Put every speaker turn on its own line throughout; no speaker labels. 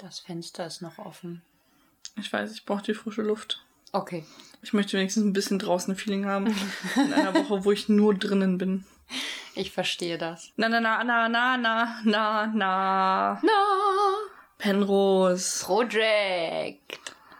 Das Fenster ist noch offen.
Ich weiß, ich brauche die frische Luft.
Okay.
Ich möchte wenigstens ein bisschen draußen ein Feeling haben. In einer Woche, wo ich nur drinnen bin.
Ich verstehe das.
Na. Penrose.
Project.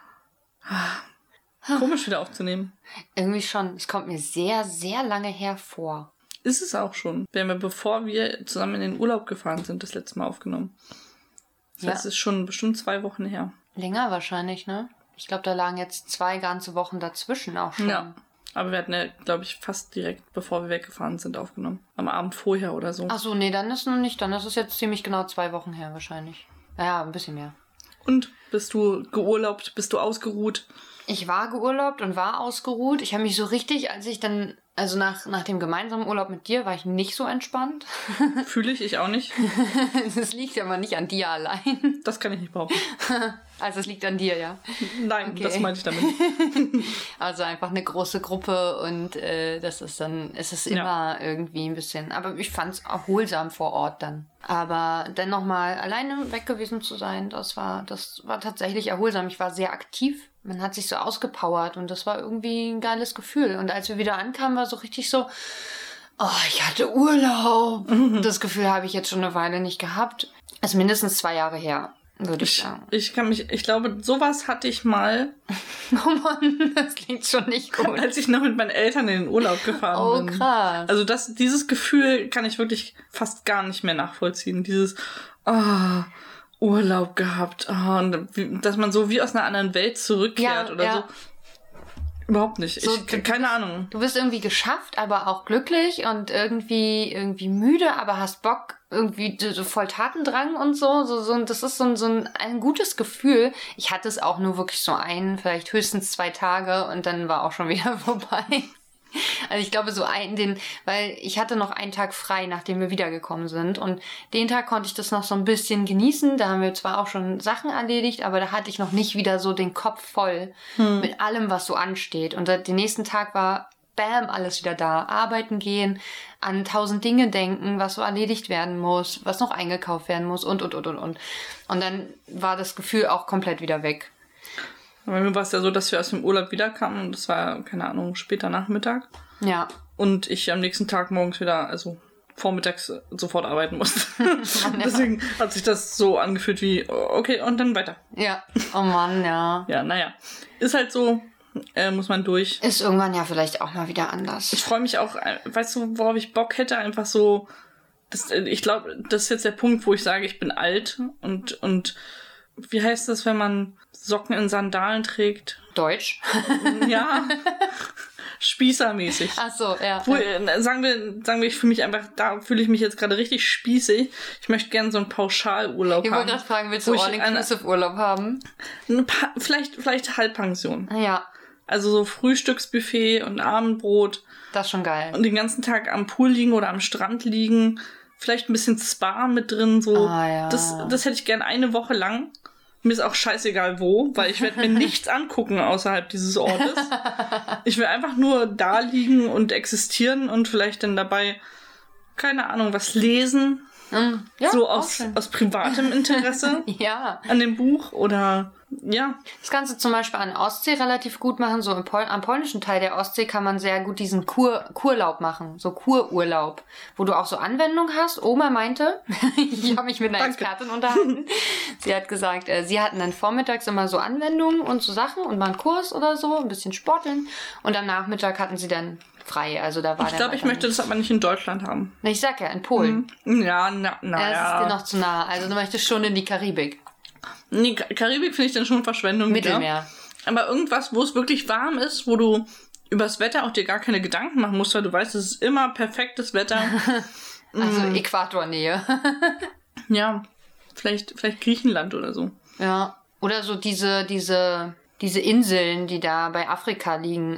Komisch wieder aufzunehmen.
Irgendwie schon. Es kommt mir sehr, sehr lange hervor.
Ist es auch schon. Wir haben ja, bevor wir zusammen in den Urlaub gefahren sind, das letzte Mal aufgenommen. Das heißt, es ist schon bestimmt 2 Wochen her.
Länger wahrscheinlich, ne? Ich glaube, da lagen jetzt 2 ganze Wochen dazwischen auch schon.
Ja, aber wir hatten ja, glaube ich, fast direkt, bevor wir weggefahren sind, aufgenommen. Am Abend vorher oder so.
Ach so, nee, dann ist noch nicht. Dann ist es jetzt ziemlich genau 2 Wochen her wahrscheinlich. Naja, ein bisschen mehr.
Und bist du geurlaubt? Bist du ausgeruht?
Ich war geurlaubt und war ausgeruht. Ich habe mich so richtig, als ich dann, also nach dem gemeinsamen Urlaub mit dir, war ich nicht so entspannt.
Fühle ich auch nicht.
Das liegt aber nicht an dir allein.
Das kann ich nicht behaupten.
Also es liegt an dir, ja?
Nein, okay. Das meinte ich damit.
Also einfach eine große Gruppe und das ist dann, es ist immer irgendwie ein bisschen, aber ich fand es erholsam vor Ort dann. Aber dann nochmal alleine weg gewesen zu sein, das war tatsächlich erholsam. Ich war sehr aktiv. Man hat sich so ausgepowert und das war irgendwie ein geiles Gefühl. Und als wir wieder ankamen, war so richtig so, oh, ich hatte Urlaub. Das Gefühl habe ich jetzt schon eine Weile nicht gehabt. Also mindestens 2 Jahre her, würde ich sagen.
Ich glaube, sowas hatte ich mal.
Oh Mann, das klingt schon nicht gut.
Als ich noch mit meinen Eltern in den Urlaub gefahren bin.
Oh, krass.
Also dieses Gefühl kann ich wirklich fast gar nicht mehr nachvollziehen. Dieses, Urlaub gehabt. Und dass man so wie aus einer anderen Welt zurückkehrt oder so. Überhaupt nicht. So, keine Ahnung.
Du bist irgendwie geschafft, aber auch glücklich und irgendwie müde, aber hast Bock, irgendwie so voll Tatendrang und so. Das ist so ein gutes Gefühl. Ich hatte es auch nur wirklich so vielleicht höchstens 2 Tage und dann war auch schon wieder vorbei. Also ich glaube weil ich hatte noch einen Tag frei, nachdem wir wiedergekommen sind und den Tag konnte ich das noch so ein bisschen genießen. Da haben wir zwar auch schon Sachen erledigt, aber da hatte ich noch nicht wieder so den Kopf voll mit allem, was so ansteht. Und den nächsten Tag war bam, alles wieder da. Arbeiten gehen, an 1000 Dinge denken, was so erledigt werden muss, was noch eingekauft werden muss und. Und dann war das Gefühl auch komplett wieder weg.
Bei mir war es ja so, dass wir aus dem Urlaub wiederkamen und das war, keine Ahnung, später Nachmittag.
Ja.
Und ich am nächsten Tag morgens wieder, also vormittags sofort arbeiten musste. Deswegen hat sich das so angefühlt wie, okay, und dann weiter.
Ja, oh Mann, ja.
Ja, naja. Ist halt so, muss man durch.
Ist irgendwann ja vielleicht auch mal wieder anders.
Ich freue mich auch, weißt du, worauf ich Bock hätte, einfach so, ich glaube, das ist jetzt der Punkt, wo ich sage, ich bin alt und wie heißt das, wenn man Socken in Sandalen trägt?
Deutsch?
Ja. Spießermäßig.
Ach so, ja.
Sagen wir, ich fühle mich einfach, da fühle ich mich jetzt gerade richtig spießig. Ich möchte gerne so einen Pauschalurlaub haben.
Ich wollte gerade fragen, willst du All-Inclusive-Urlaub haben?
Vielleicht Halbpension.
Ja.
Also so Frühstücksbuffet und Abendbrot.
Das ist schon geil.
Und den ganzen Tag am Pool liegen oder am Strand liegen. Vielleicht ein bisschen Spa mit drin, so.
Ja.
Das hätte ich gern eine Woche lang. Mir ist auch scheißegal wo, weil ich werde mir nichts angucken außerhalb dieses Ortes. Ich will einfach nur da liegen und existieren und vielleicht dann dabei, keine Ahnung, was lesen.
Ja,
so aus privatem Interesse
ja.
An dem Buch oder ja.
Das kannst du zum Beispiel an der Ostsee relativ gut machen. So am polnischen Teil der Ostsee kann man sehr gut diesen Kurlaub machen. So Kururlaub, wo du auch so Anwendung hast. Oma meinte, ich habe mich mit einer Expertin unterhalten. Sie hat gesagt, sie hatten dann vormittags immer so Anwendungen und so Sachen und mal einen Kurs oder so, ein bisschen sporteln. Und am Nachmittag hatten sie dann frei. Also da war
ich glaube, ich möchte das aber nicht in Deutschland haben.
Ich sag ja, in Polen.
Ja,
das ist dir noch zu nah. Also du möchtest schon in die Karibik.
Nee, Karibik finde ich dann schon Verschwendung.
Mittelmeer.
Aber irgendwas, wo es wirklich warm ist, wo du über das Wetter auch dir gar keine Gedanken machen musst, weil du weißt, es ist immer perfektes Wetter.
Also Äquatornähe.
Ja, vielleicht Griechenland oder so.
Ja, oder so diese Inseln, die da bei Afrika liegen,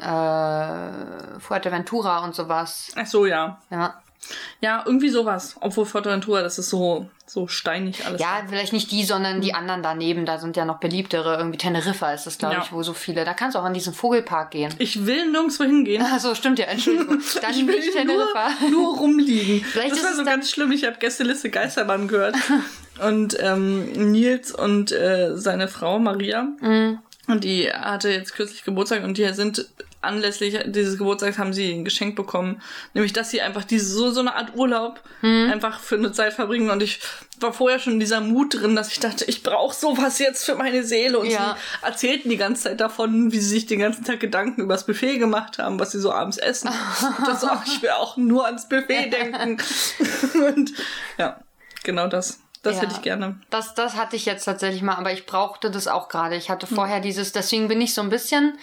Fuerteventura und sowas.
Ach so, ja.
Ja.
Ja, irgendwie sowas. Obwohl Fuerteventura, das ist so steinig alles.
Ja, vielleicht nicht die, sondern die anderen daneben. Da sind ja noch beliebtere. Irgendwie Teneriffa ist das, glaube ich, wo so viele. Da kannst du auch an diesen Vogelpark gehen.
Ich will nirgendwo hingehen.
Ach so, stimmt ja. Entschuldigung. Dann
ich will
nicht Teneriffa.
Nur rumliegen.
Vielleicht
das war so ganz schlimm. Ich habe Gästeliste Geisterbahn gehört. Und Nils und seine Frau Maria, und die hatte jetzt kürzlich Geburtstag und die sind anlässlich dieses Geburtstags haben sie ein Geschenk bekommen, nämlich dass sie einfach so eine Art Urlaub einfach für eine Zeit verbringen, und ich war vorher schon in dieser Mut drin, dass ich dachte, ich brauche sowas jetzt für meine Seele, und sie erzählten die ganze Zeit davon, wie sie sich den ganzen Tag Gedanken über das Buffet gemacht haben, was sie so abends essen. Und das auch, ich will auch nur ans Buffet denken. Und ja, genau das. Das hätte ich gerne.
Das hatte ich jetzt tatsächlich mal, aber ich brauchte das auch gerade. Ich hatte vorher deswegen bin ich so ein bisschen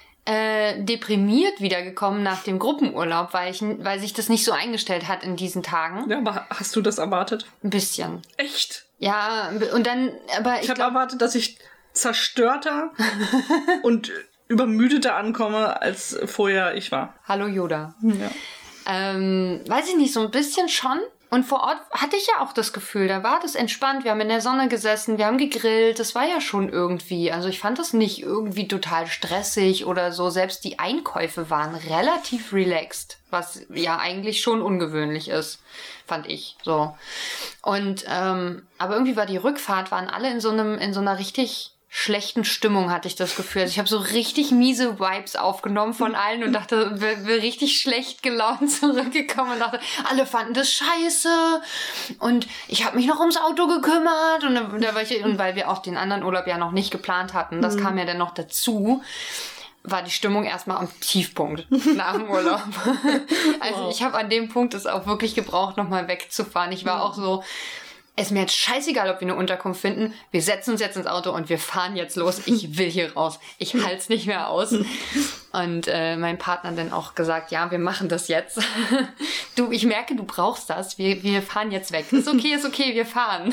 deprimiert wiedergekommen nach dem Gruppenurlaub, weil sich das nicht so eingestellt hat in diesen Tagen.
Ja, aber hast du das erwartet?
Ein bisschen.
Echt?
Ja, und dann, aber
ich habe erwartet, dass ich zerstörter und übermüdeter ankomme, als vorher ich war.
Hallo Yoda.
Ja.
Weiß ich nicht, so ein bisschen schon. Und vor Ort hatte ich ja auch das Gefühl, da war das entspannt, wir haben in der Sonne gesessen, wir haben gegrillt, das war ja schon irgendwie, also ich fand das nicht irgendwie total stressig oder so, selbst die Einkäufe waren relativ relaxed, was ja eigentlich schon ungewöhnlich ist, fand ich, so. Und, aber irgendwie war die Rückfahrt, waren alle in so einer richtig schlechten Stimmung, hatte ich das Gefühl. Also ich habe so richtig miese Vibes aufgenommen von allen und dachte, wir richtig schlecht gelaunt zurückgekommen und dachte, alle fanden das scheiße und ich habe mich noch ums Auto gekümmert und weil wir auch den anderen Urlaub ja noch nicht geplant hatten, das kam ja dann noch dazu, war die Stimmung erstmal am Tiefpunkt nach dem Urlaub. Also ich habe an dem Punkt es auch wirklich gebraucht, nochmal wegzufahren. Ich war auch so, es ist mir jetzt scheißegal, ob wir eine Unterkunft finden. Wir setzen uns jetzt ins Auto und wir fahren jetzt los. Ich will hier raus. Ich halte es nicht mehr aus. Und mein Partner dann auch gesagt, ja, wir machen das jetzt. Ich merke, du brauchst das. Wir fahren jetzt weg. Ist okay, wir fahren.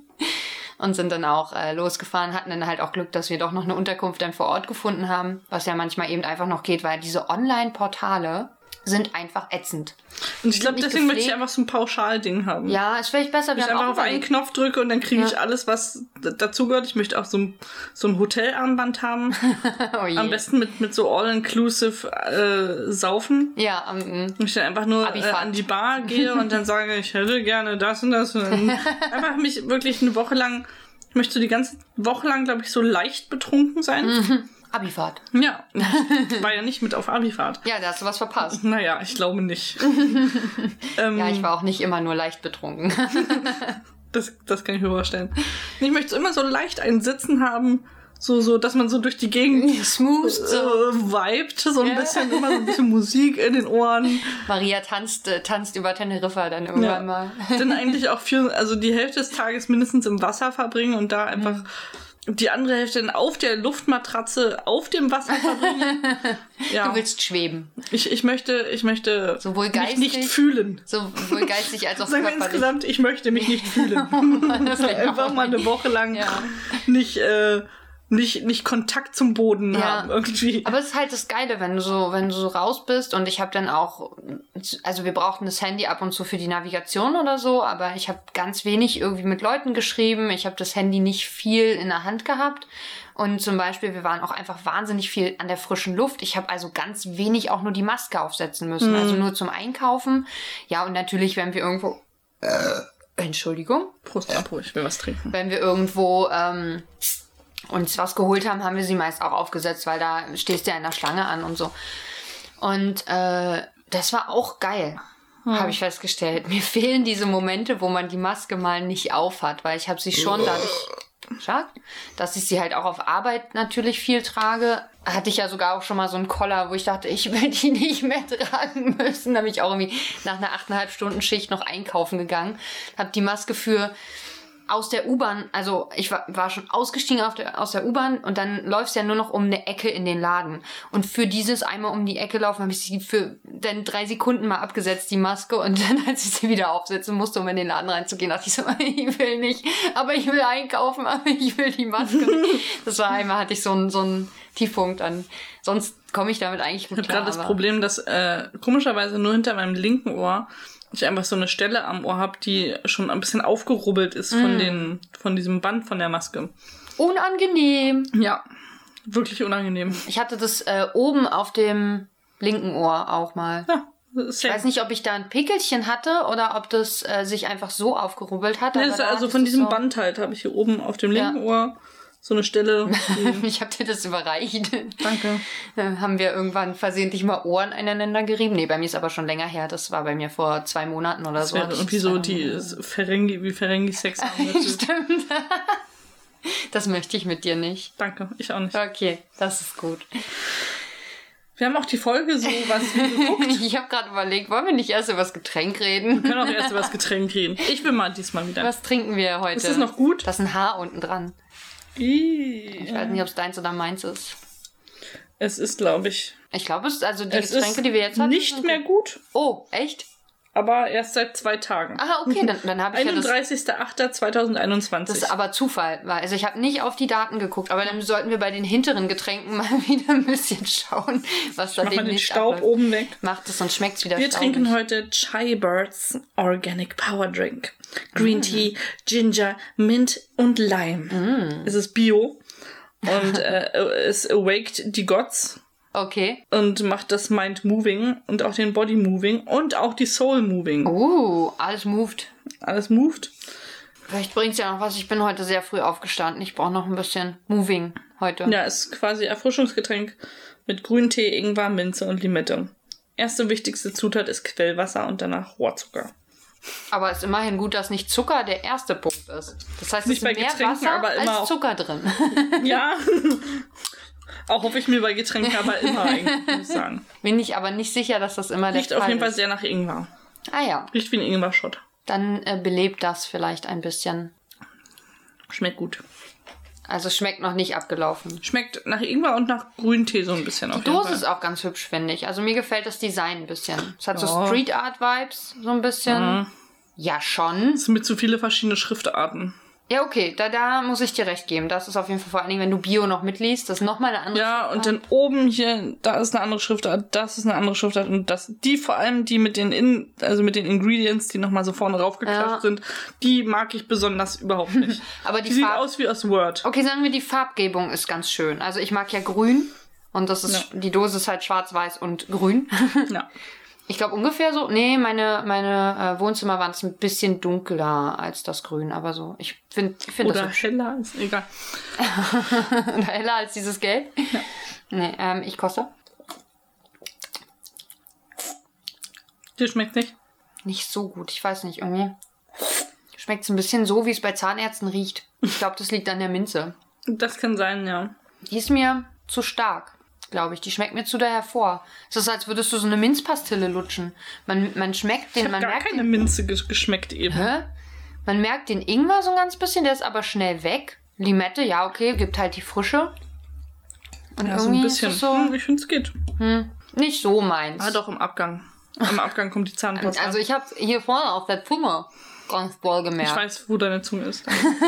Und sind dann auch losgefahren, hatten dann halt auch Glück, dass wir doch noch eine Unterkunft dann vor Ort gefunden haben, was ja manchmal eben einfach noch geht, weil diese Online-Portale sind einfach ätzend.
Und ich glaube, deswegen möchte ich einfach so ein Pauschalding haben.
Ja, ist vielleicht besser,
wenn ich einfach auf einen Knopf drücke und dann kriege ich alles, was dazugehört. Ich möchte auch so ein Hotelarmband haben. Oh je. Am besten mit so all-inclusive Saufen.
Ja,
und ich dann einfach nur an die Bar gehe und dann sage, ich hätte gerne das und das. Und dann einfach mich wirklich eine Woche lang, ich möchte so die ganze Woche lang, glaube ich, so leicht betrunken sein.
Abifahrt.
Ja, ich war ja nicht mit auf Abifahrt.
Ja, da hast du was verpasst.
Naja, ich glaube nicht.
Ja, ich war auch nicht immer nur leicht betrunken.
Das kann ich mir vorstellen. Ich möchte immer so leicht einen Sitzen haben, so, dass man so durch die Gegend
smooth
vibet, so ein bisschen, immer so ein bisschen Musik in den Ohren.
Maria tanzt über Teneriffa dann irgendwann mal.
Dann eigentlich auch die Hälfte des Tages mindestens im Wasser verbringen und da einfach die andere Hälfte dann auf der Luftmatratze auf dem Wasser verbringen. Ja.
Du willst schweben.
Ich möchte
sowohl
mich nicht fühlen.
Sowohl geistig als auch
körperlich. Sagen wir insgesamt, ich möchte mich nicht fühlen. Einfach mal eine Woche lang nicht Kontakt zum Boden haben irgendwie.
Aber es ist halt das Geile, wenn du so raus bist, und ich habe dann auch, also wir brauchten das Handy ab und zu für die Navigation oder so, aber ich habe ganz wenig irgendwie mit Leuten geschrieben, ich habe das Handy nicht viel in der Hand gehabt und zum Beispiel, wir waren auch einfach wahnsinnig viel an der frischen Luft. Ich habe also ganz wenig auch nur die Maske aufsetzen müssen, also nur zum Einkaufen. Ja, und natürlich, wenn wir irgendwo Entschuldigung.
Prost, ich will was trinken.
Wenn wir irgendwo uns was geholt haben, haben wir sie meist auch aufgesetzt, weil da stehst du ja in der Schlange an und so. Und das war auch geil, habe ich festgestellt. Mir fehlen diese Momente, wo man die Maske mal nicht aufhat, weil ich habe sie schon dadurch, dass ich sie halt auch auf Arbeit natürlich viel trage, hatte ich ja sogar auch schon mal so einen Collar, wo ich dachte, ich will die nicht mehr tragen müssen. Da bin ich auch irgendwie nach einer 8,5-Stunden-Schicht noch einkaufen gegangen, habe die Maske aus der U-Bahn, also ich war schon ausgestiegen aus der U-Bahn und dann läufst du ja nur noch um eine Ecke in den Laden. Und für dieses einmal um die Ecke laufen, habe ich sie für dann 3 Sekunden mal abgesetzt, die Maske. Und dann, als ich sie wieder aufsetzen musste, um in den Laden reinzugehen, dachte ich so, ich will nicht, aber ich will einkaufen, aber ich will die Maske. Das war einmal, hatte ich so einen Tiefpunkt an. Sonst komme ich damit eigentlich gut klar.
Ich habe gerade das Problem, dass komischerweise nur hinter meinem linken Ohr ich einfach so eine Stelle am Ohr habe, die schon ein bisschen aufgerubbelt ist von diesem Band von der Maske.
Unangenehm.
Ja, wirklich unangenehm.
Ich hatte das oben auf dem linken Ohr auch mal.
Ja,
Ich weiß nicht, ob ich da ein Pickelchen hatte oder ob das sich einfach so aufgerubbelt hat.
Nee, also von diesem Band halt habe ich hier oben auf dem linken Ohr so eine Stelle.
Ich habe dir das überreicht.
Danke.
Haben wir irgendwann versehentlich mal Ohren aneinander gerieben? Nee, bei mir ist aber schon länger her. Das war bei mir vor 2 Monaten oder so.
Das wäre irgendwie so die Ferengi-Sex haben.
Stimmt. Das möchte ich mit dir nicht.
Danke, ich auch nicht.
Okay, das ist gut.
Wir haben auch die Folge so was geguckt.
Ich habe gerade überlegt, wollen wir nicht erst über das Getränk reden?
Wir können auch erst über das Getränk reden. Ich will mal diesmal wieder.
Was trinken wir heute?
Ist das noch gut?
Da ist ein Haar unten dran. Ich weiß nicht, ob es deins oder meins ist.
Es ist, glaube ich...
Ich glaube, es ist also die Getränke, die wir jetzt hatten.
Nicht mehr gut.
Oh, echt?
Aber erst seit 2 Tagen.
Ah, okay, dann habe ich
31.08.2021.
Das ist aber Zufall. Also ich habe nicht auf die Daten geguckt, aber dann sollten wir bei den hinteren Getränken mal wieder ein bisschen schauen, was da demnächst abläuft. Mach mal den
Staub oben weg.
Macht es, sonst schmeckt es wieder
Wir trinken heute Chai Birds Organic Power Drink. Green Tea, Ginger, Mint und Lime. Es ist Bio und es awaked die Gods.
Okay.
Und macht das Mind Moving und auch den Body Moving und auch die Soul Moving.
Alles moved.
Alles moved.
Vielleicht bringt's ja noch was. Ich bin heute sehr früh aufgestanden. Ich brauche noch ein bisschen Moving heute.
Ja, es ist quasi Erfrischungsgetränk mit Grüntee, Ingwer, Minze und Limette. Erste wichtigste Zutat ist Quellwasser und danach Rohrzucker.
Aber es ist immerhin gut, dass nicht Zucker der erste Punkt ist. Das heißt, es ist
nicht bei
mehr
Getränken,
Wasser
aber immer
als Zucker drin.
Ja. Auch hoffe ich mir bei Getränken aber immer eigentlich, muss ich sagen.
Bin ich aber nicht sicher, dass das immer der Fall ist.
Riecht auf jeden Fall sehr nach Ingwer.
Ah ja.
Riecht wie ein Ingwer-Shot.
Dann belebt das vielleicht ein bisschen.
Schmeckt gut.
Also schmeckt noch nicht abgelaufen.
Schmeckt nach Ingwer und nach Grüntee so ein bisschen.
Die Dose ist auch ganz hübsch, finde ich. Also mir gefällt das Design ein bisschen. Es hat so Street Art Vibes, so ein bisschen. Ja, schon.
Es sind mit zu viele verschiedene Schriftarten.
Ja, okay, da muss ich dir recht geben. Das ist auf jeden Fall, vor allen Dingen, wenn du Bio noch mitliest, das ist nochmal eine andere
Ja,
Schriftart.
und dann oben hier, da ist eine andere Schriftart, das ist eine andere Schriftart und vor allem die mit den mit den Ingredients, die nochmal so vorne raufgeklatscht sind, die mag ich besonders überhaupt nicht.
Aber
die sieht aus wie aus Word.
Okay, sagen wir, die Farbgebung ist ganz schön. Also ich mag ja grün und das ist, die Dose ist halt schwarz-weiß und grün.
Ja.
Ich glaube ungefähr so. Nee, meine Wohnzimmer waren es ein bisschen dunkler als das Grün, aber so. Ich finde das
Oder heller, ist egal.
Oder heller als dieses Gelb? Ja. Nee, ich koste.
Dir schmeckt nicht?
Nicht so gut, ich weiß nicht, irgendwie. Schmeckt es ein bisschen so, wie es bei Zahnärzten riecht. Ich glaube, das liegt an der Minze.
Das kann sein, ja.
Die ist mir zu stark, glaube ich. Die schmeckt mir zu da hervor. Es ist, als würdest du so eine Minzpastille lutschen. Man schmeckt den...
Ich habe gar keine Minze geschmeckt eben.
Hä? Man merkt den Ingwer so ein ganz bisschen, der ist aber schnell weg. Limette, ja, okay, gibt halt die Frische. Und
ja, so ein bisschen.
So,
ich finde, es geht.
Nicht so meins.
Ah, doch, im Abgang. Am Abgang kommt die Zahnpasta.
Also ich habe hier vorne auf der Zunge ganz doll gemerkt.
Ich weiß, wo deine Zunge ist.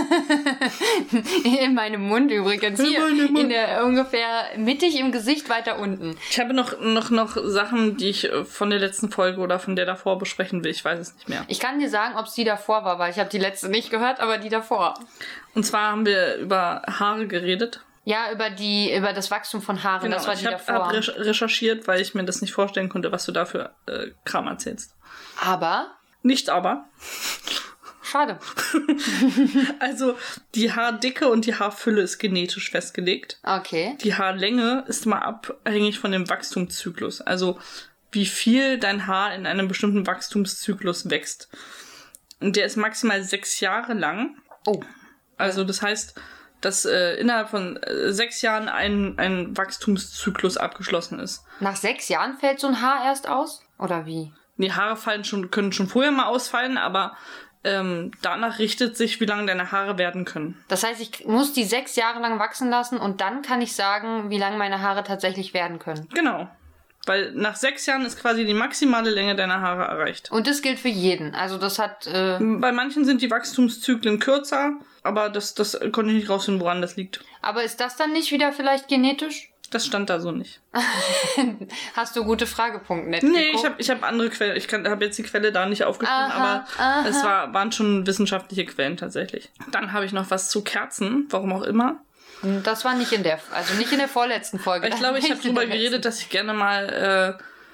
In meinem Mund übrigens. Hier, in der ungefähr mittig im Gesicht weiter unten.
Ich habe noch Sachen, die ich von der letzten Folge oder von der davor besprechen will. Ich weiß es nicht mehr.
Ich kann dir sagen, ob es die davor war, weil ich habe die letzte nicht gehört, aber die davor.
Und zwar haben wir über Haare geredet.
Ja, über das Wachstum von Haaren.
Genau,
das war die davor.
Ich habe recherchiert, weil ich mir das nicht vorstellen konnte, was du da für Kram erzählst.
Aber?
Nicht aber.
Schade.
Also, die Haardicke und die Haarfülle ist genetisch festgelegt.
Okay.
Die Haarlänge ist mal abhängig von dem Wachstumszyklus. Also, wie viel dein Haar in einem bestimmten Wachstumszyklus wächst. Und der ist maximal 6 Jahre lang.
Oh.
Also, das heißt, dass innerhalb von 6 Jahren ein Wachstumszyklus abgeschlossen ist.
Nach 6 Jahren fällt so ein Haar erst aus? Oder wie?
Die Haare können schon vorher mal ausfallen, aber danach richtet sich, wie lange deine Haare werden können.
Das heißt, ich muss die 6 Jahre lang wachsen lassen und dann kann ich sagen, wie lang meine Haare tatsächlich werden können.
Genau. Weil nach 6 Jahren ist quasi die maximale Länge deiner Haare erreicht.
Und das gilt für jeden. Also das hat...
Bei manchen sind die Wachstumszyklen kürzer, aber das konnte ich nicht rausfinden, woran das liegt.
Aber ist das dann nicht wieder vielleicht genetisch?
Das stand da so nicht.
Hast du gute Fragepunkte?
Nee, ich hab andere Quellen. Ich habe jetzt die Quelle da nicht aufgeschrieben, aber es waren schon wissenschaftliche Quellen tatsächlich. Dann habe ich noch was zu Kerzen, warum auch immer.
Das war nicht in der vorletzten Folge.
Ich glaube, ich habe darüber geredet, dass ich gerne mal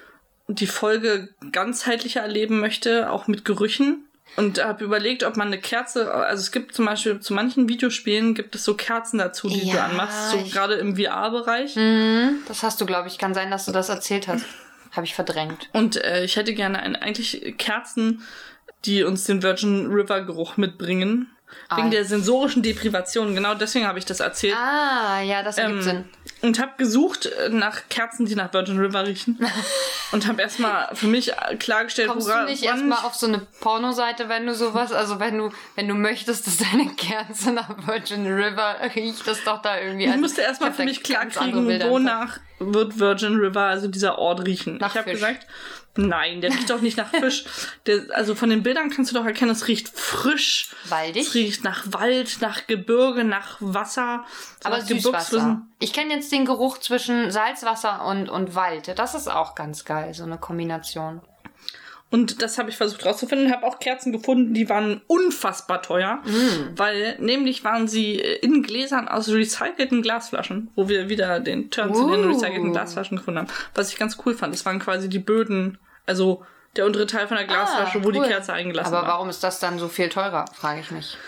die Folge ganzheitlicher erleben möchte, auch mit Gerüchen. Und habe überlegt, ob man eine Kerze, also es gibt zum Beispiel zu manchen Videospielen gibt es so Kerzen dazu, die du anmachst, so gerade im VR-Bereich.
Das hast du, glaube ich. Kann sein, dass du das erzählt hast. Habe ich verdrängt.
Und ich hätte gerne eigentlich Kerzen, die uns den Virgin River Geruch mitbringen. Wegen der sensorischen Deprivation. Genau deswegen habe ich das erzählt.
Ja, das ergibt Sinn.
Und habe gesucht nach Kerzen, die nach Virgin River riechen. Und habe erstmal für mich klargestellt,
kommst du nicht erstmal auf so eine Pornoseite, wenn du sowas, also wenn du möchtest, dass deine Kerze nach Virgin River riecht, das doch da irgendwie...
Ich musste erstmal für mich klarkriegen, wonach wird Virgin River, also dieser Ort, riechen. Ich habe gesagt, nein, der riecht doch nicht nach Fisch. Also von den Bildern kannst du doch erkennen, es riecht frisch.
Waldig?
Es riecht nach Wald, nach Gebirge, nach Wasser.
Aber Süßwasser. Ich kenne jetzt den Geruch zwischen Salzwasser und Wald. Das ist auch ganz geil, so eine Kombination.
Und das habe ich versucht rauszufinden. Habe auch Kerzen gefunden, die waren unfassbar teuer. Weil nämlich waren sie in Gläsern aus recycelten Glasflaschen, wo wir wieder den Turn zu den recycelten Glasflaschen gefunden haben. Was ich ganz cool fand. Das waren quasi die Böden, also der untere Teil von der Glasflasche, wo die Kerze eingelassen war.
Aber warum ist das dann so viel teurer, frage ich mich.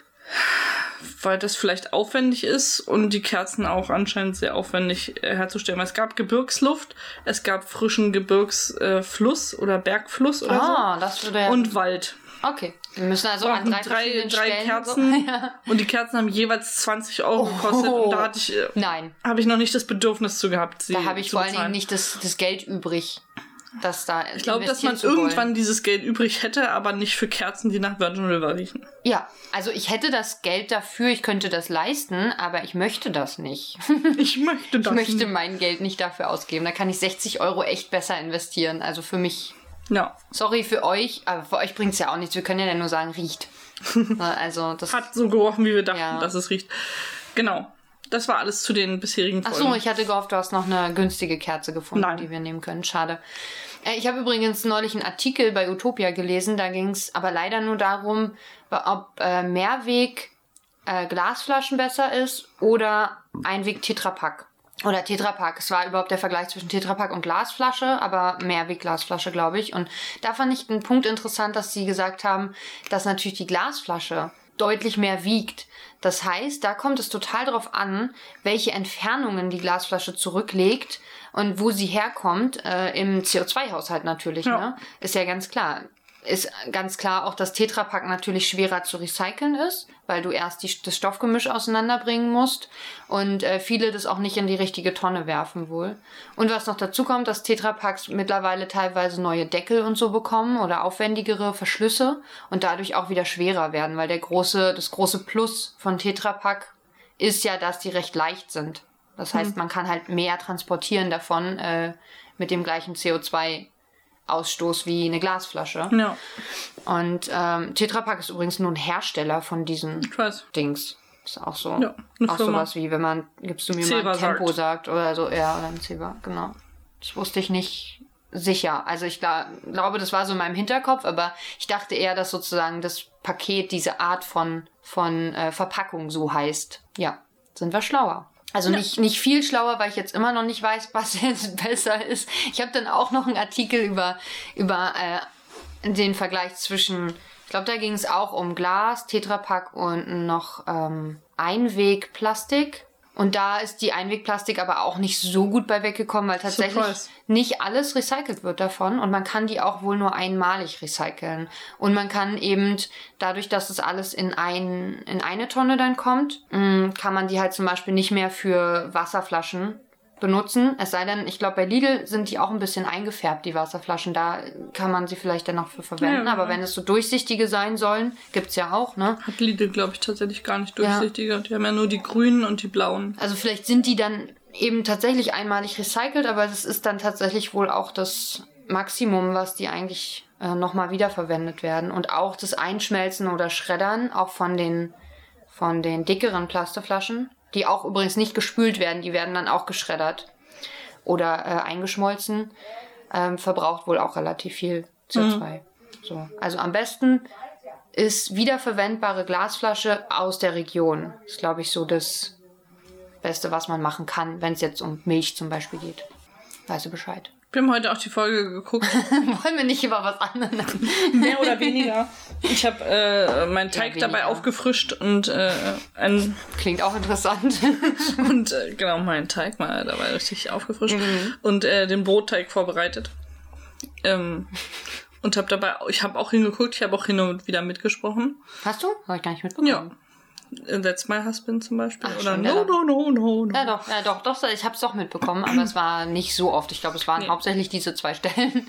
Weil das vielleicht aufwendig ist und die Kerzen auch anscheinend sehr aufwendig herzustellen. Weil es gab Gebirgsluft, es gab frischen Gebirgsfluss oder Bergfluss oder so.
Das würde ja...
Und Wald.
Okay. Wir müssen also an drei
Kerzen. So. Und die Kerzen haben jeweils 20 € gekostet. Und da habe ich noch nicht das Bedürfnis zu gehabt, sie
da habe ich
zu
vor
bezahlen.
allen Dingen nicht das Geld übrig.
Ich glaube, dass man irgendwann dieses Geld übrig hätte, aber nicht für Kerzen, die nach Virgin River riechen.
Ja, also ich hätte das Geld dafür, ich könnte das leisten, aber ich möchte das nicht.
Ich möchte
mein Geld nicht dafür ausgeben. Da kann ich 60 € echt besser investieren. Also für mich.
Ja.
Sorry für euch, aber für euch bringt es ja auch nichts. Wir können ja nur sagen, riecht. Also das
hat so gerochen, wie wir dachten, dass es riecht. Genau. Das war alles zu den bisherigen Folgen.
Achso, ich hatte gehofft, du hast noch eine günstige Kerze gefunden, die wir nehmen können. Schade. Ich habe übrigens neulich einen Artikel bei Utopia gelesen. Da ging es aber leider nur darum, ob Mehrweg Glasflaschen besser ist oder Einweg Tetrapack. Oder Tetrapack. Es war überhaupt der Vergleich zwischen Tetrapack und Glasflasche, aber Mehrweg Glasflasche, glaube ich. Und da fand ich den Punkt interessant, dass sie gesagt haben, dass natürlich die Glasflasche deutlich mehr wiegt. Das heißt, da kommt es total drauf an, welche Entfernungen die Glasflasche zurücklegt und wo sie herkommt, im CO2-Haushalt natürlich, ne? Ist ja ganz klar. Ist ganz klar auch, dass Tetrapack natürlich schwerer zu recyceln ist, weil du erst das Stoffgemisch auseinanderbringen musst und viele das auch nicht in die richtige Tonne werfen wohl. Und was noch dazu kommt, dass Tetrapacks mittlerweile teilweise neue Deckel und so bekommen oder aufwendigere Verschlüsse und dadurch auch wieder schwerer werden, weil das große Plus von Tetrapack ist ja, dass die recht leicht sind. Das heißt, man kann halt mehr transportieren davon mit dem gleichen CO2-Ausstoß wie eine Glasflasche.
Ja.
Und Tetrapack ist übrigens nur ein Hersteller von diesen Dings. Ist auch so.
Ja,
auch sowas wie, wenn man, gibst du mir
Zebra
mal ein Tempo sagt oder so, oder ein Zebra, genau. Das wusste ich nicht sicher. Also ich glaube, das war so in meinem Hinterkopf, aber ich dachte eher, dass sozusagen das Paket diese Art von Verpackung so heißt. Ja, sind wir schlauer. Also nicht viel schlauer, weil ich jetzt immer noch nicht weiß, was jetzt besser ist. Ich habe dann auch noch einen Artikel über den Vergleich zwischen, ich glaube, da ging es auch um Glas, Tetrapack und noch Einwegplastik. Und da ist die Einwegplastik aber auch nicht so gut bei weggekommen, weil tatsächlich nicht alles recycelt wird davon. Und man kann die auch wohl nur einmalig recyceln. Und man kann eben, dadurch, dass es alles in eine Tonne dann kommt, kann man die halt zum Beispiel nicht mehr für Wasserflaschen benutzen. Es sei denn, ich glaube, bei Lidl sind die auch ein bisschen eingefärbt, die Wasserflaschen. Da kann man sie vielleicht dann noch für verwenden. Ja, aber wenn es so durchsichtige sein sollen, gibt's ja auch, ne?
Hat Lidl, glaube ich, tatsächlich gar nicht durchsichtige. Ja. Die haben ja nur die grünen und die blauen.
Also vielleicht sind die dann eben tatsächlich einmalig recycelt, aber das ist dann tatsächlich wohl auch das Maximum, was die eigentlich nochmal wiederverwendet werden. Und auch das Einschmelzen oder Schreddern, auch von den dickeren Plastikflaschen, die auch übrigens nicht gespült werden, die werden dann auch geschreddert oder eingeschmolzen, verbraucht wohl auch relativ viel CO2. So. Also am besten ist wiederverwendbare Glasflasche aus der Region. Das ist, glaube ich, so das Beste, was man machen kann, wenn es jetzt um Milch zum Beispiel geht. Weißt du Bescheid?
Wir haben heute auch die Folge geguckt.
Wollen wir nicht über was anderes?
Mehr oder weniger. Ich habe meinen Teig dabei aufgefrischt und
Klingt auch interessant.
und genau, meinen Teig mal dabei richtig aufgefrischt und den Brotteig vorbereitet. Und habe dabei, ich habe auch hingeguckt, ich habe auch hin und wieder mitgesprochen.
Hast du? Habe ich gar nicht mitbekommen.
Ja. That's My Husband zum Beispiel.
Ach,
oder
schon,
No.
Ja doch, ich habe es doch mitbekommen, aber es war nicht so oft. Ich glaube, es waren hauptsächlich diese 2 Stellen.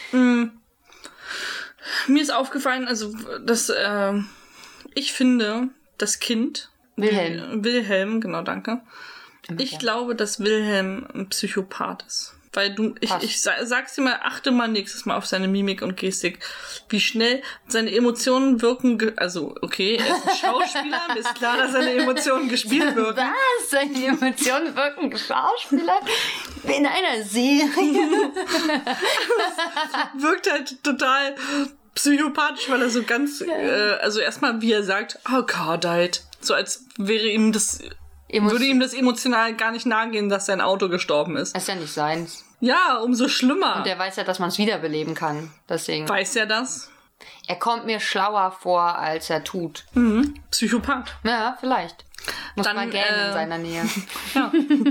Mir ist aufgefallen, also, dass ich finde, das Kind Wilhelm, genau, danke. Ich glaube, dass Wilhelm ein Psychopath ist. Weil ich sag's dir mal, achte mal nächstes Mal auf seine Mimik und Gestik, wie schnell seine Emotionen wirken, also, okay, er ist ein Schauspieler, mir ist klar, dass seine Emotionen gespielt wirken.
Was? Seine Emotionen wirken geschauspielert? In einer Serie?
Wirkt halt total psychopathisch, weil er so ganz, also erstmal, wie er sagt, oh, Car died. So als wäre ihm das... Würde ihm das emotional gar nicht nahe gehen, dass sein Auto gestorben ist.
Das ist ja nicht seins.
Ja, umso schlimmer.
Und er weiß ja, dass man es wiederbeleben kann. Deswegen.
Weiß er das?
Er kommt mir schlauer vor, als er tut.
Psychopath.
Ja, vielleicht. Muss
Dann,
mal gähnen in seiner Nähe.
Ja.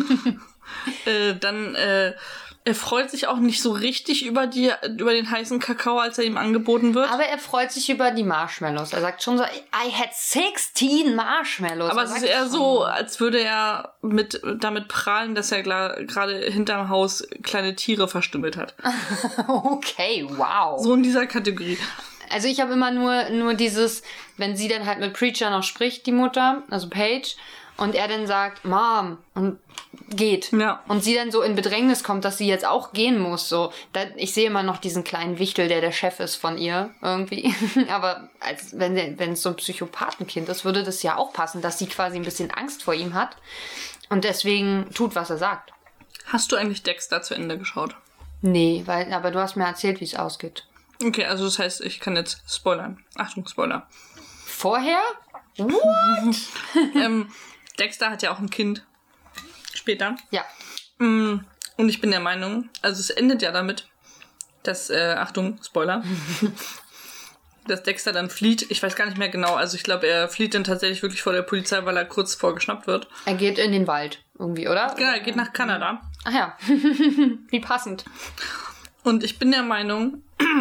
Dann, er freut sich auch nicht so richtig über den heißen Kakao, als er ihm angeboten wird.
Aber er freut sich über die Marshmallows. Er sagt schon so, I had 16 Marshmallows.
Aber es ist eher so, als würde er damit prahlen, dass er gerade hinterm Haus kleine Tiere verstümmelt hat.
Okay, wow.
So in dieser Kategorie.
Also ich habe immer nur dieses, wenn sie dann halt mit Preacher noch spricht, die Mutter, also Paige, und er dann sagt, Mom, und geht.
Ja.
Und sie dann so in Bedrängnis kommt, dass sie jetzt auch gehen muss. So, ich sehe immer noch diesen kleinen Wichtel, der Chef ist von ihr irgendwie. Aber wenn es so ein Psychopathenkind ist, würde das ja auch passen, dass sie quasi ein bisschen Angst vor ihm hat und deswegen tut, was er sagt.
Hast du eigentlich Dexter zu Ende geschaut?
Nee, aber du hast mir erzählt, wie es ausgeht.
Okay, also das heißt, ich kann jetzt spoilern. Achtung, Spoiler.
Vorher? What?
Dexter hat ja auch ein Kind. Später.
Ja.
Und ich bin der Meinung, also es endet ja damit, dass, Achtung, Spoiler, dass Dexter dann flieht. Ich weiß gar nicht mehr genau. Also ich glaube, er flieht dann tatsächlich wirklich vor der Polizei, weil er kurz vorgeschnappt wird.
Er geht in den Wald irgendwie, oder?
Genau, er geht nach Kanada.
Ach ja. Wie passend.
Und ich bin der Meinung,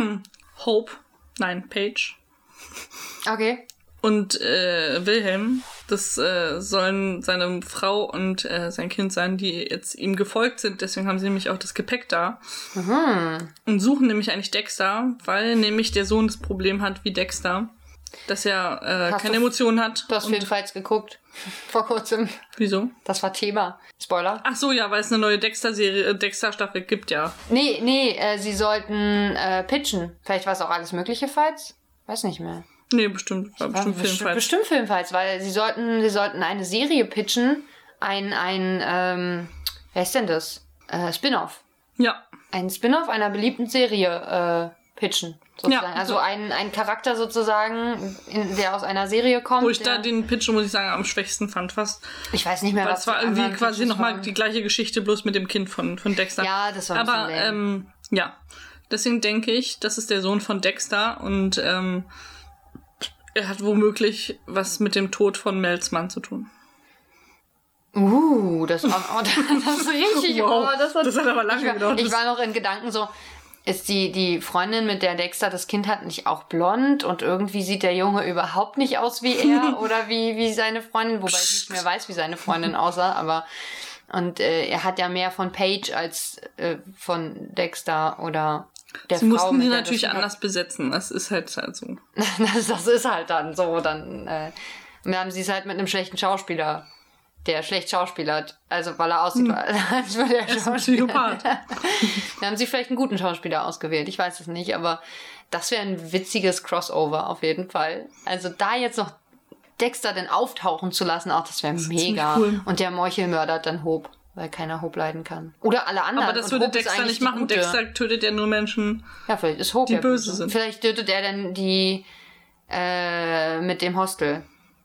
Paige.
Okay.
Und Wilhelm, das sollen seine Frau und sein Kind sein, die jetzt ihm gefolgt sind. Deswegen haben sie nämlich auch das Gepäck da. Und suchen nämlich eigentlich Dexter, weil nämlich der Sohn das Problem hat wie Dexter, dass er keine Emotionen hat.
Du hast Filmfights geguckt vor kurzem.
Wieso?
Das war Thema. Spoiler.
Ach so, ja, weil es eine neue Dexter-Serie, Dexter-Staffel gibt, ja.
Nee, sie sollten pitchen. Vielleicht war es auch alles mögliche Fights? Weiß nicht mehr.
Nee, bestimmt. War bestimmt Filmfights.
Bestimmt Filmfights, weil sie sollten eine Serie pitchen. Wer ist denn das? Spin-off.
Ja.
Ein Spin-off einer beliebten Serie pitchen. Sozusagen.
Ja.
Also ein Charakter sozusagen, der aus einer Serie kommt.
Wo ich da den Pitch, muss ich sagen, am schwächsten fand fast.
Ich weiß nicht mehr,
weil
was
es war irgendwie quasi nochmal
waren.
die gleiche Geschichte, bloß mit dem Kind von Dexter.
Ja, das war ein
Aber,
bisschen
ja. Deswegen denke ich, das ist der Sohn von Dexter und er hat womöglich was mit dem Tod von Mels Mann zu tun.
Das ist richtig.
Wow,
Das
hat aber lange gedauert.
Ich war noch in Gedanken so, ist die Freundin, mit der Dexter das Kind hat, nicht auch blond? Und irgendwie sieht der Junge überhaupt nicht aus wie er oder wie seine Freundin, wobei ich nicht mehr weiß, wie seine Freundin aussah, aber und er hat ja mehr von Paige als von Dexter oder der
Sie
Frau.
mussten die natürlich anders besetzen. Das ist halt so.
Das ist halt dann so. Dann haben sie es halt mit einem schlechten Schauspieler, der schlecht schauspielert. Also, weil er aussieht, als würde er
ist ein Psychopath.
Dann haben sie vielleicht einen guten Schauspieler ausgewählt. Ich weiß es nicht, aber das wäre ein witziges Crossover auf jeden Fall. Also, da jetzt noch Dexter denn auftauchen zu lassen, auch das wäre mega.
Cool.
Und der Meuchel mördert dann Hope, weil keiner Hope leiden kann. Oder alle anderen.
Aber das würde Dexter nicht machen. Dexter tötet ja nur Menschen,
ja, vielleicht ist Hope
die böse sind.
Vielleicht tötet er dann die mit dem Hostel.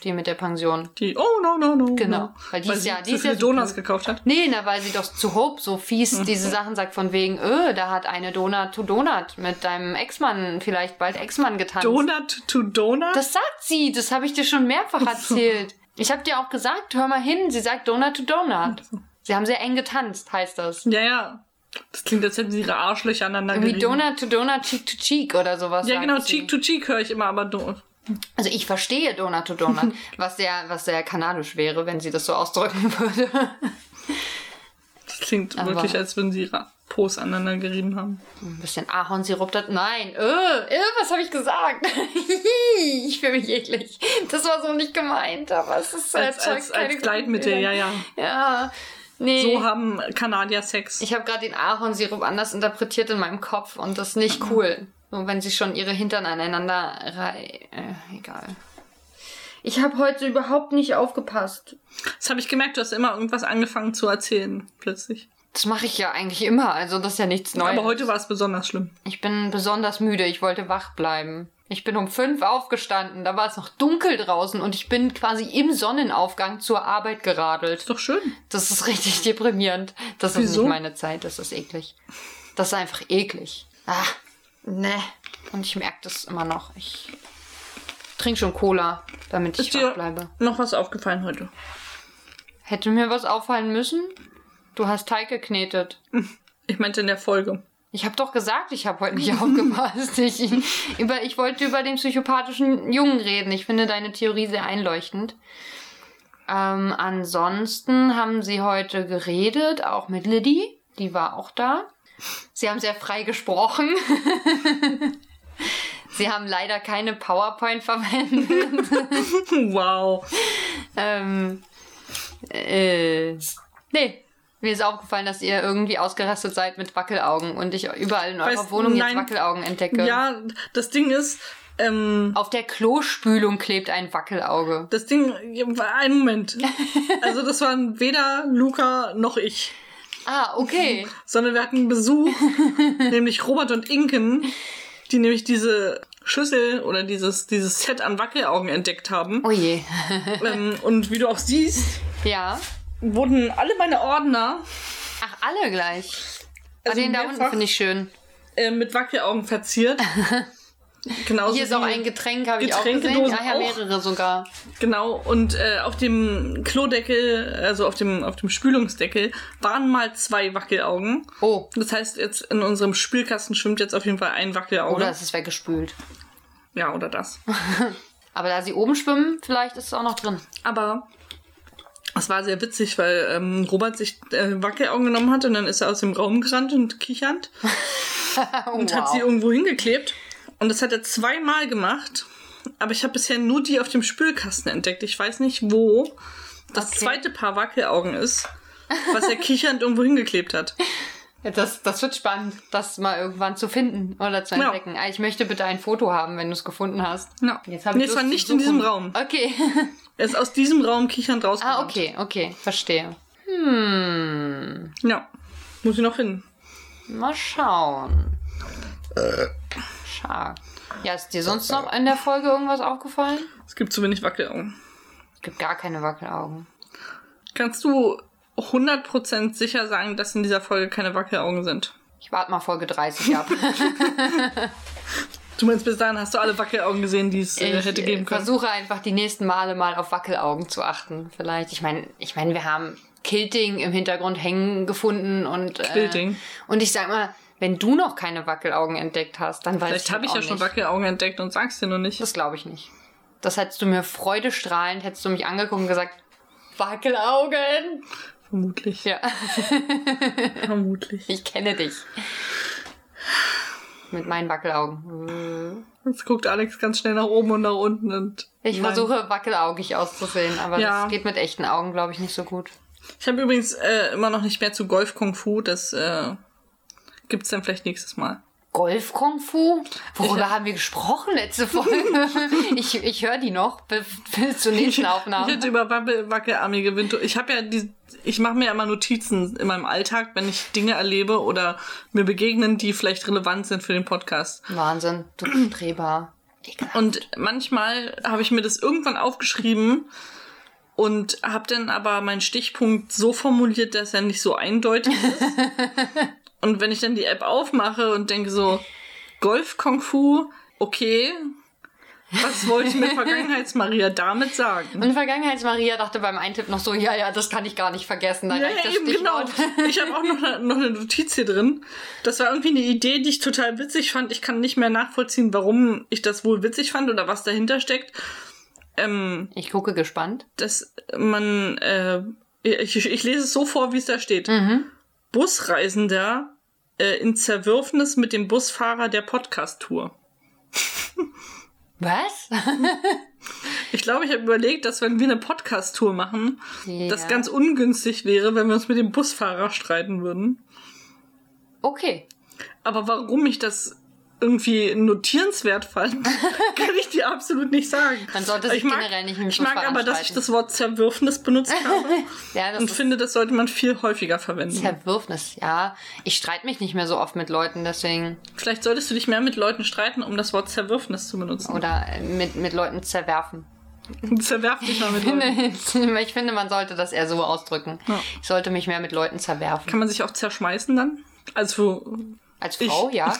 die mit der Pension.
Die, oh, no.
Genau. Weil die ist
sie
ja,
zu viele Donuts gekauft hat.
Nee, weil sie doch zu Hope so fies diese Sachen sagt von wegen, da hat eine Donut to Donut mit deinem Ex-Mann, vielleicht bald Ex-Mann getanzt.
Donut to Donut?
Das sagt sie, das habe ich dir schon mehrfach erzählt. Ich habe dir auch gesagt, hör mal hin, sie sagt Donut to Donut. Sie haben sehr eng getanzt, heißt das.
Ja. Das klingt, als hätten sie ihre Arschlöcher aneinander
Irgendwie
gerieben.
Donut to Donut, Cheek to Cheek oder sowas.
Ja, genau,
sie.
Cheek to Cheek höre ich immer, aber
Also ich verstehe Donut to Donut, was sehr kanadisch wäre, wenn sie das so ausdrücken würde.
Das klingt wirklich, als würden sie ihre Pos aneinander gerieben haben.
Ein bisschen Ahornsirup, nein, was habe ich gesagt? Ich fühle mich eklig. Das war so nicht gemeint, aber es ist
als Gleitmittel, ja.
Ja, nee.
So haben Kanadier Sex.
Ich habe gerade den Ahornsirup anders interpretiert in meinem Kopf und das ist nicht cool. So, wenn sie schon ihre Hintern aneinander egal. Ich habe heute überhaupt nicht aufgepasst.
Das habe ich gemerkt, du hast immer irgendwas angefangen zu erzählen, plötzlich.
Das mache ich ja eigentlich immer, also das ist ja nichts Neues.
Aber heute war es besonders schlimm.
Ich bin besonders müde, ich wollte wach bleiben. Ich bin um 5 aufgestanden, da war es noch dunkel draußen und ich bin quasi im Sonnenaufgang zur Arbeit geradelt.
Ist doch schön.
Das ist richtig deprimierend. Das ist nicht meine Zeit, das ist eklig. Das ist einfach eklig. Ne. Und ich merke das immer noch. Ich trinke schon Cola, damit ich wach bleibe.
Ist dir noch was aufgefallen heute?
Hätte mir was auffallen müssen? Du hast Teig geknetet.
Ich meinte in der Folge.
Ich habe doch gesagt, ich habe heute nicht aufgepasst. Ich wollte über den psychopathischen Jungen reden. Ich finde deine Theorie sehr einleuchtend. Ansonsten haben sie heute geredet, auch mit Liddy. Die war auch da. Sie haben sehr frei gesprochen. Sie haben leider keine PowerPoint verwendet.
Wow.
Nee. Mir ist aufgefallen, dass ihr irgendwie ausgerastet seid mit Wackelaugen und ich überall in eurer Wohnung jetzt Wackelaugen entdecke.
Ja, das Ding ist...
auf der Klospülung klebt ein Wackelauge.
Das Ding... Einen Moment. Also das waren weder Luca noch ich.
Okay.
Sondern wir hatten Besuch, nämlich Robert und Inken, die nämlich diese Schüssel oder dieses Set an Wackelaugen entdeckt haben.
Oh je.
Und wie du auch siehst...
Ja.
Wurden alle meine Ordner...
Ach, alle gleich.
Also
den da unten finde ich schön.
Mit Wackelaugen verziert. Genauso
hier ist auch ein Getränk, habe ich auch gesehen. Ja, mehrere sogar.
Genau, und auf dem Klodeckel, also auf dem Spülungsdeckel, waren mal 2 Wackelaugen.
Oh.
Das heißt, jetzt in unserem Spülkasten schwimmt jetzt auf jeden Fall ein Wackelauge.
Oder es ist weggespült.
Ja, oder das.
Aber da sie oben schwimmen, vielleicht ist es auch noch drin.
Aber... Es war sehr witzig, weil Robert sich Wackelaugen genommen hat und dann ist er aus dem Raum gerannt und kichernd und hat sie irgendwo hingeklebt. Und das hat er 2-mal gemacht, aber ich habe bisher nur die auf dem Spülkasten entdeckt. Ich weiß nicht, wo das zweite Paar Wackelaugen ist, was er kichernd irgendwo hingeklebt hat.
Ja, das wird spannend, das mal irgendwann zu finden oder zu entdecken. Ja. Ich möchte bitte ein Foto haben, wenn du es gefunden hast.
Ja. Jetzt habe ich es war nicht in diesem Raum.
Okay.
Er ist aus diesem Raum kichernd rausgekommen.
Okay, verstehe.
Ja, muss ich noch finden.
Mal schauen. Schade. Ja, ist dir sonst noch in der Folge irgendwas aufgefallen?
Es gibt zu wenig Wackelaugen.
Es gibt gar keine Wackelaugen.
Kannst du 100% sicher sagen, dass in dieser Folge keine Wackelaugen sind?
Ich warte mal Folge 30 ab.
Du meinst, bis dahin hast du alle Wackelaugen gesehen, die es hätte geben können? Ich
versuche einfach die nächsten Male mal auf Wackelaugen zu achten. Vielleicht. Ich meine, wir haben Kilting im Hintergrund hängen gefunden und
Quilting.
Und ich sag mal, wenn du noch keine Wackelaugen entdeckt hast, dann weiß
Vielleicht habe ich ja schon Wackelaugen entdeckt und sag's dir noch nicht.
Das glaube ich nicht. Das hättest du mir freudestrahlend, hättest du mich angeguckt und gesagt, Wackelaugen!
Vermutlich.
Ja.
Vermutlich.
Ich kenne dich. Mit meinen Wackelaugen.
Jetzt guckt Alex ganz schnell nach oben und nach unten und...
Ich versuche wackelaugig auszusehen, aber das geht mit echten Augen, glaube ich, nicht so gut.
Ich habe übrigens immer noch nicht mehr zu Golf Kung Fu, das gibt's dann vielleicht nächstes Mal.
Golf Kung Fu? Worüber haben wir gesprochen letzte Folge? ich höre die noch bis zur nächsten Aufnahme.
Ich hätte über wackelarmige Wind. Ich mache mir immer Notizen in meinem Alltag, wenn ich Dinge erlebe oder mir begegnen, die vielleicht relevant sind für den Podcast.
Wahnsinn, du Streber. Ekelhaft.
Und manchmal habe ich mir das irgendwann aufgeschrieben und habe dann aber meinen Stichpunkt so formuliert, dass er nicht so eindeutig ist. Und wenn ich dann die App aufmache und denke so, Golf Kung Fu, okay, was wollte mir Vergangenheits-Maria damit sagen?
Und Vergangenheits-Maria dachte beim Eintipp noch so, ja, das kann ich gar nicht vergessen. Da reicht das
eben genau.
Stichwort.
Ich habe auch noch eine Notiz hier drin. Das war irgendwie eine Idee, die ich total witzig fand. Ich kann nicht mehr nachvollziehen, warum ich das wohl witzig fand oder was dahinter steckt.
Ich gucke gespannt.
Dass man, ich lese es so vor, wie es da steht. Busreisender in Zerwürfnis mit dem Busfahrer der Podcast-Tour.
Was?
Ich glaube, ich habe überlegt, dass wenn wir eine Podcast-Tour machen,
Ja.
das ganz ungünstig wäre, wenn wir uns mit dem Busfahrer streiten würden.
Okay.
Aber warum ich das irgendwie notierenswert fand, kann ich dir absolut nicht sagen.
Man sollte sich generell nicht mit dem
Ich mag
Busfahrer
aber, dass ich
streiten.
das Wort Zerwürfnis benutzt habe
Ja, das
und
ist
finde, das sollte man viel häufiger verwenden.
Zerwürfnis, ja. Ich streite mich nicht mehr so oft mit Leuten, deswegen.
Vielleicht solltest du dich mehr mit Leuten streiten, um das Wort Zerwürfnis zu benutzen.
Oder mit Leuten zerwerfen.
Zerwerf dich mal mit Leuten.
Ich finde, man sollte das eher so ausdrücken.
Ja.
Ich sollte mich mehr mit Leuten zerwerfen.
Kann man sich auch zerschmeißen dann? Also,
Als Frau, ja.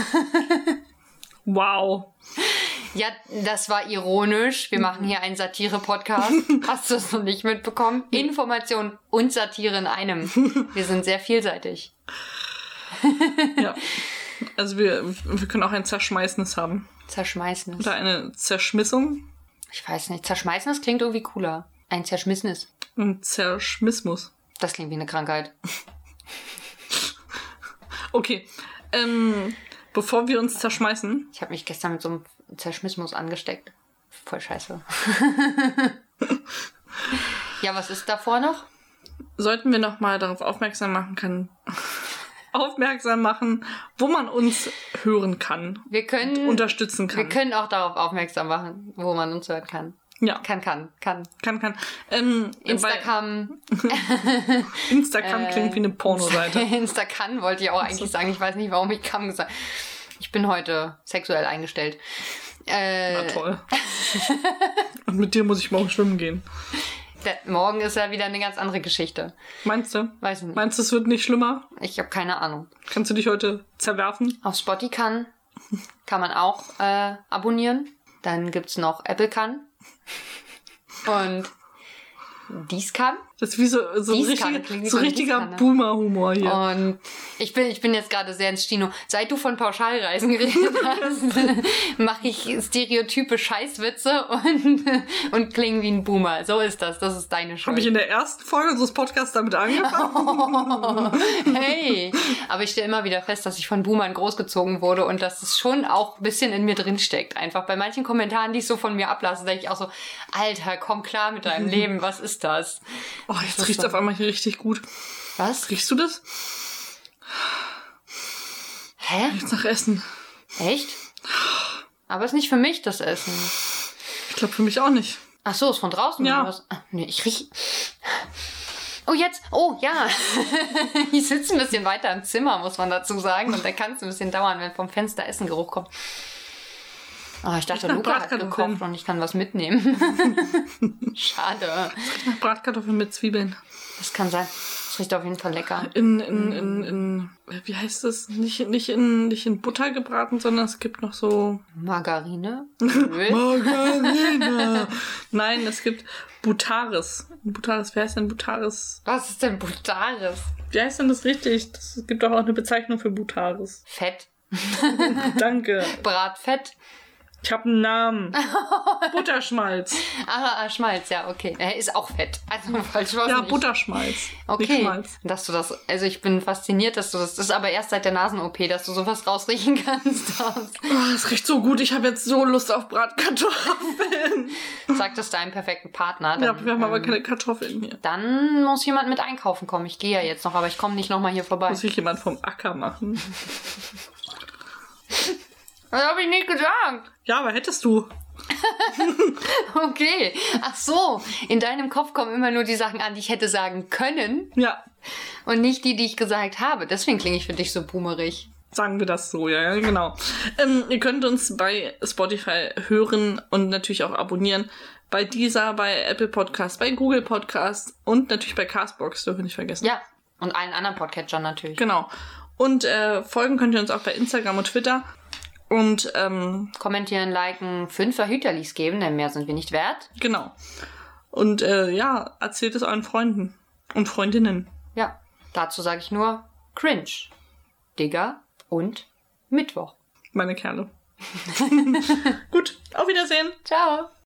wow.
Ja, das war ironisch. Wir machen hier einen Satire-Podcast. Hast du es noch nicht mitbekommen? Information und Satire in einem. Wir sind sehr vielseitig.
Ja. Also wir können auch ein Zerschmeißnis haben.
Zerschmeißnis.
Oder eine Zerschmissung.
Ich weiß nicht. Zerschmeißnis klingt irgendwie cooler. Ein Zerschmissnis.
Ein Zerschmissmus.
Das klingt wie eine Krankheit.
Okay. Bevor wir uns zerschmeißen.
Ich habe mich gestern mit so einem Zerschmissmus angesteckt. Voll scheiße. Ja, was ist davor noch?
Sollten wir noch mal darauf aufmerksam machen, wo man uns hören kann.
Wir können
und unterstützen kann.
Wir können auch darauf aufmerksam machen, wo man uns hören kann.
Ja.
Kann.
Instagram.
Instagram.
Instagram klingt wie eine Pornoseite.
Instagram wollte ich auch eigentlich sagen. Ich weiß nicht, warum ich Kam gesagt habe. Ich bin heute sexuell eingestellt.
Na toll. Und mit dir muss ich morgen schwimmen gehen.
Morgen ist ja wieder eine ganz andere Geschichte.
Meinst du?
Weiß ich nicht.
Meinst du, es wird nicht schlimmer?
Ich habe keine Ahnung.
Kannst du dich heute zerwerfen?
Auf Spotify kann man auch abonnieren. Dann gibt's noch Apple kann. Und dies kann.
Das ist wie so richtiger Boomer-Humor hier.
Und ich bin jetzt gerade sehr ins Stino. Seit du von Pauschalreisen geredet hast, mache ich stereotype Scheißwitze und klinge wie ein Boomer. So ist das. Das ist deine Schuld.
Habe ich in der ersten Folge unseres Podcasts damit angefangen?
Oh, hey! Aber ich stelle immer wieder fest, dass ich von Boomern großgezogen wurde und dass es schon auch ein bisschen in mir drin steckt. Einfach bei manchen Kommentaren, die ich so von mir ablasse, denke ich auch so, Alter, komm klar mit deinem Leben. Was ist das?
Oh, jetzt riecht's auf einmal hier richtig gut.
Was?
Riechst du das?
Hä?
Riecht's nach Essen.
Echt? Aber ist nicht für mich das Essen.
Ich glaube für mich auch nicht.
Ach so, ist von draußen
Ja.
oder was? Nee, ich riech... Oh, jetzt. Oh, ja. Ich sitze ein bisschen weiter im Zimmer, muss man dazu sagen. Und da kann es ein bisschen dauern, wenn vom Fenster Essengeruch kommt. Oh, ich dachte,
nach
Luca hat
Bratkartoffeln.
gekocht und ich kann was mitnehmen. Schade.
Nach Bratkartoffeln mit Zwiebeln.
Das kann sein. Das riecht auf jeden Fall lecker.
In wie heißt das? Nicht in Butter gebraten, sondern es gibt noch so...
Margarine? Öl?
Margarine! Nein, es gibt Butaris. Butaris, wie heißt denn Butaris?
Was ist denn Butaris?
Wie heißt denn das richtig? Es gibt doch auch eine Bezeichnung für Butaris.
Fett.
Danke.
Bratfett.
Ich habe einen Namen. Butterschmalz.
Ah, Schmalz, ja, okay. Ist auch Fett. Also falsch was
Ja,
nicht.
Butterschmalz. Nicht
Okay,
Schmalz.
dass du das, also ich bin fasziniert, dass du das ist aber erst seit der Nasen-OP, dass du sowas rausriechen kannst.
Oh, es riecht so gut. Ich habe jetzt so Lust auf Bratkartoffeln.
Sag das deinem perfekten Partner. Dann,
Ja, wir haben aber keine Kartoffeln hier.
Dann muss jemand mit einkaufen kommen. Ich gehe ja jetzt noch, aber ich komme nicht nochmal hier vorbei.
Muss ich jemand vom Acker machen?
Das habe ich nicht gesagt.
Ja, aber hättest du.
Okay. Ach so, in deinem Kopf kommen immer nur die Sachen an, die ich hätte sagen können
Ja.
und nicht die ich gesagt habe. Deswegen klinge ich für dich so boomerig.
Sagen wir das so, ja, genau. Ihr könnt uns bei Spotify hören und natürlich auch abonnieren. Bei Deezer, bei Apple Podcasts, bei Google Podcasts und natürlich bei Castbox, dürfen wir nicht vergessen.
Ja, und allen anderen Podcatchern natürlich.
Genau. Und folgen könnt ihr uns auch bei Instagram und Twitter. Und
kommentieren, liken, 5er Hüterlis geben, denn mehr sind wir nicht wert.
Genau. Und erzählt es euren Freunden und Freundinnen.
Ja, dazu sage ich nur cringe, Digger und Mittwoch.
Meine Kerle. Gut, auf Wiedersehen.
Ciao.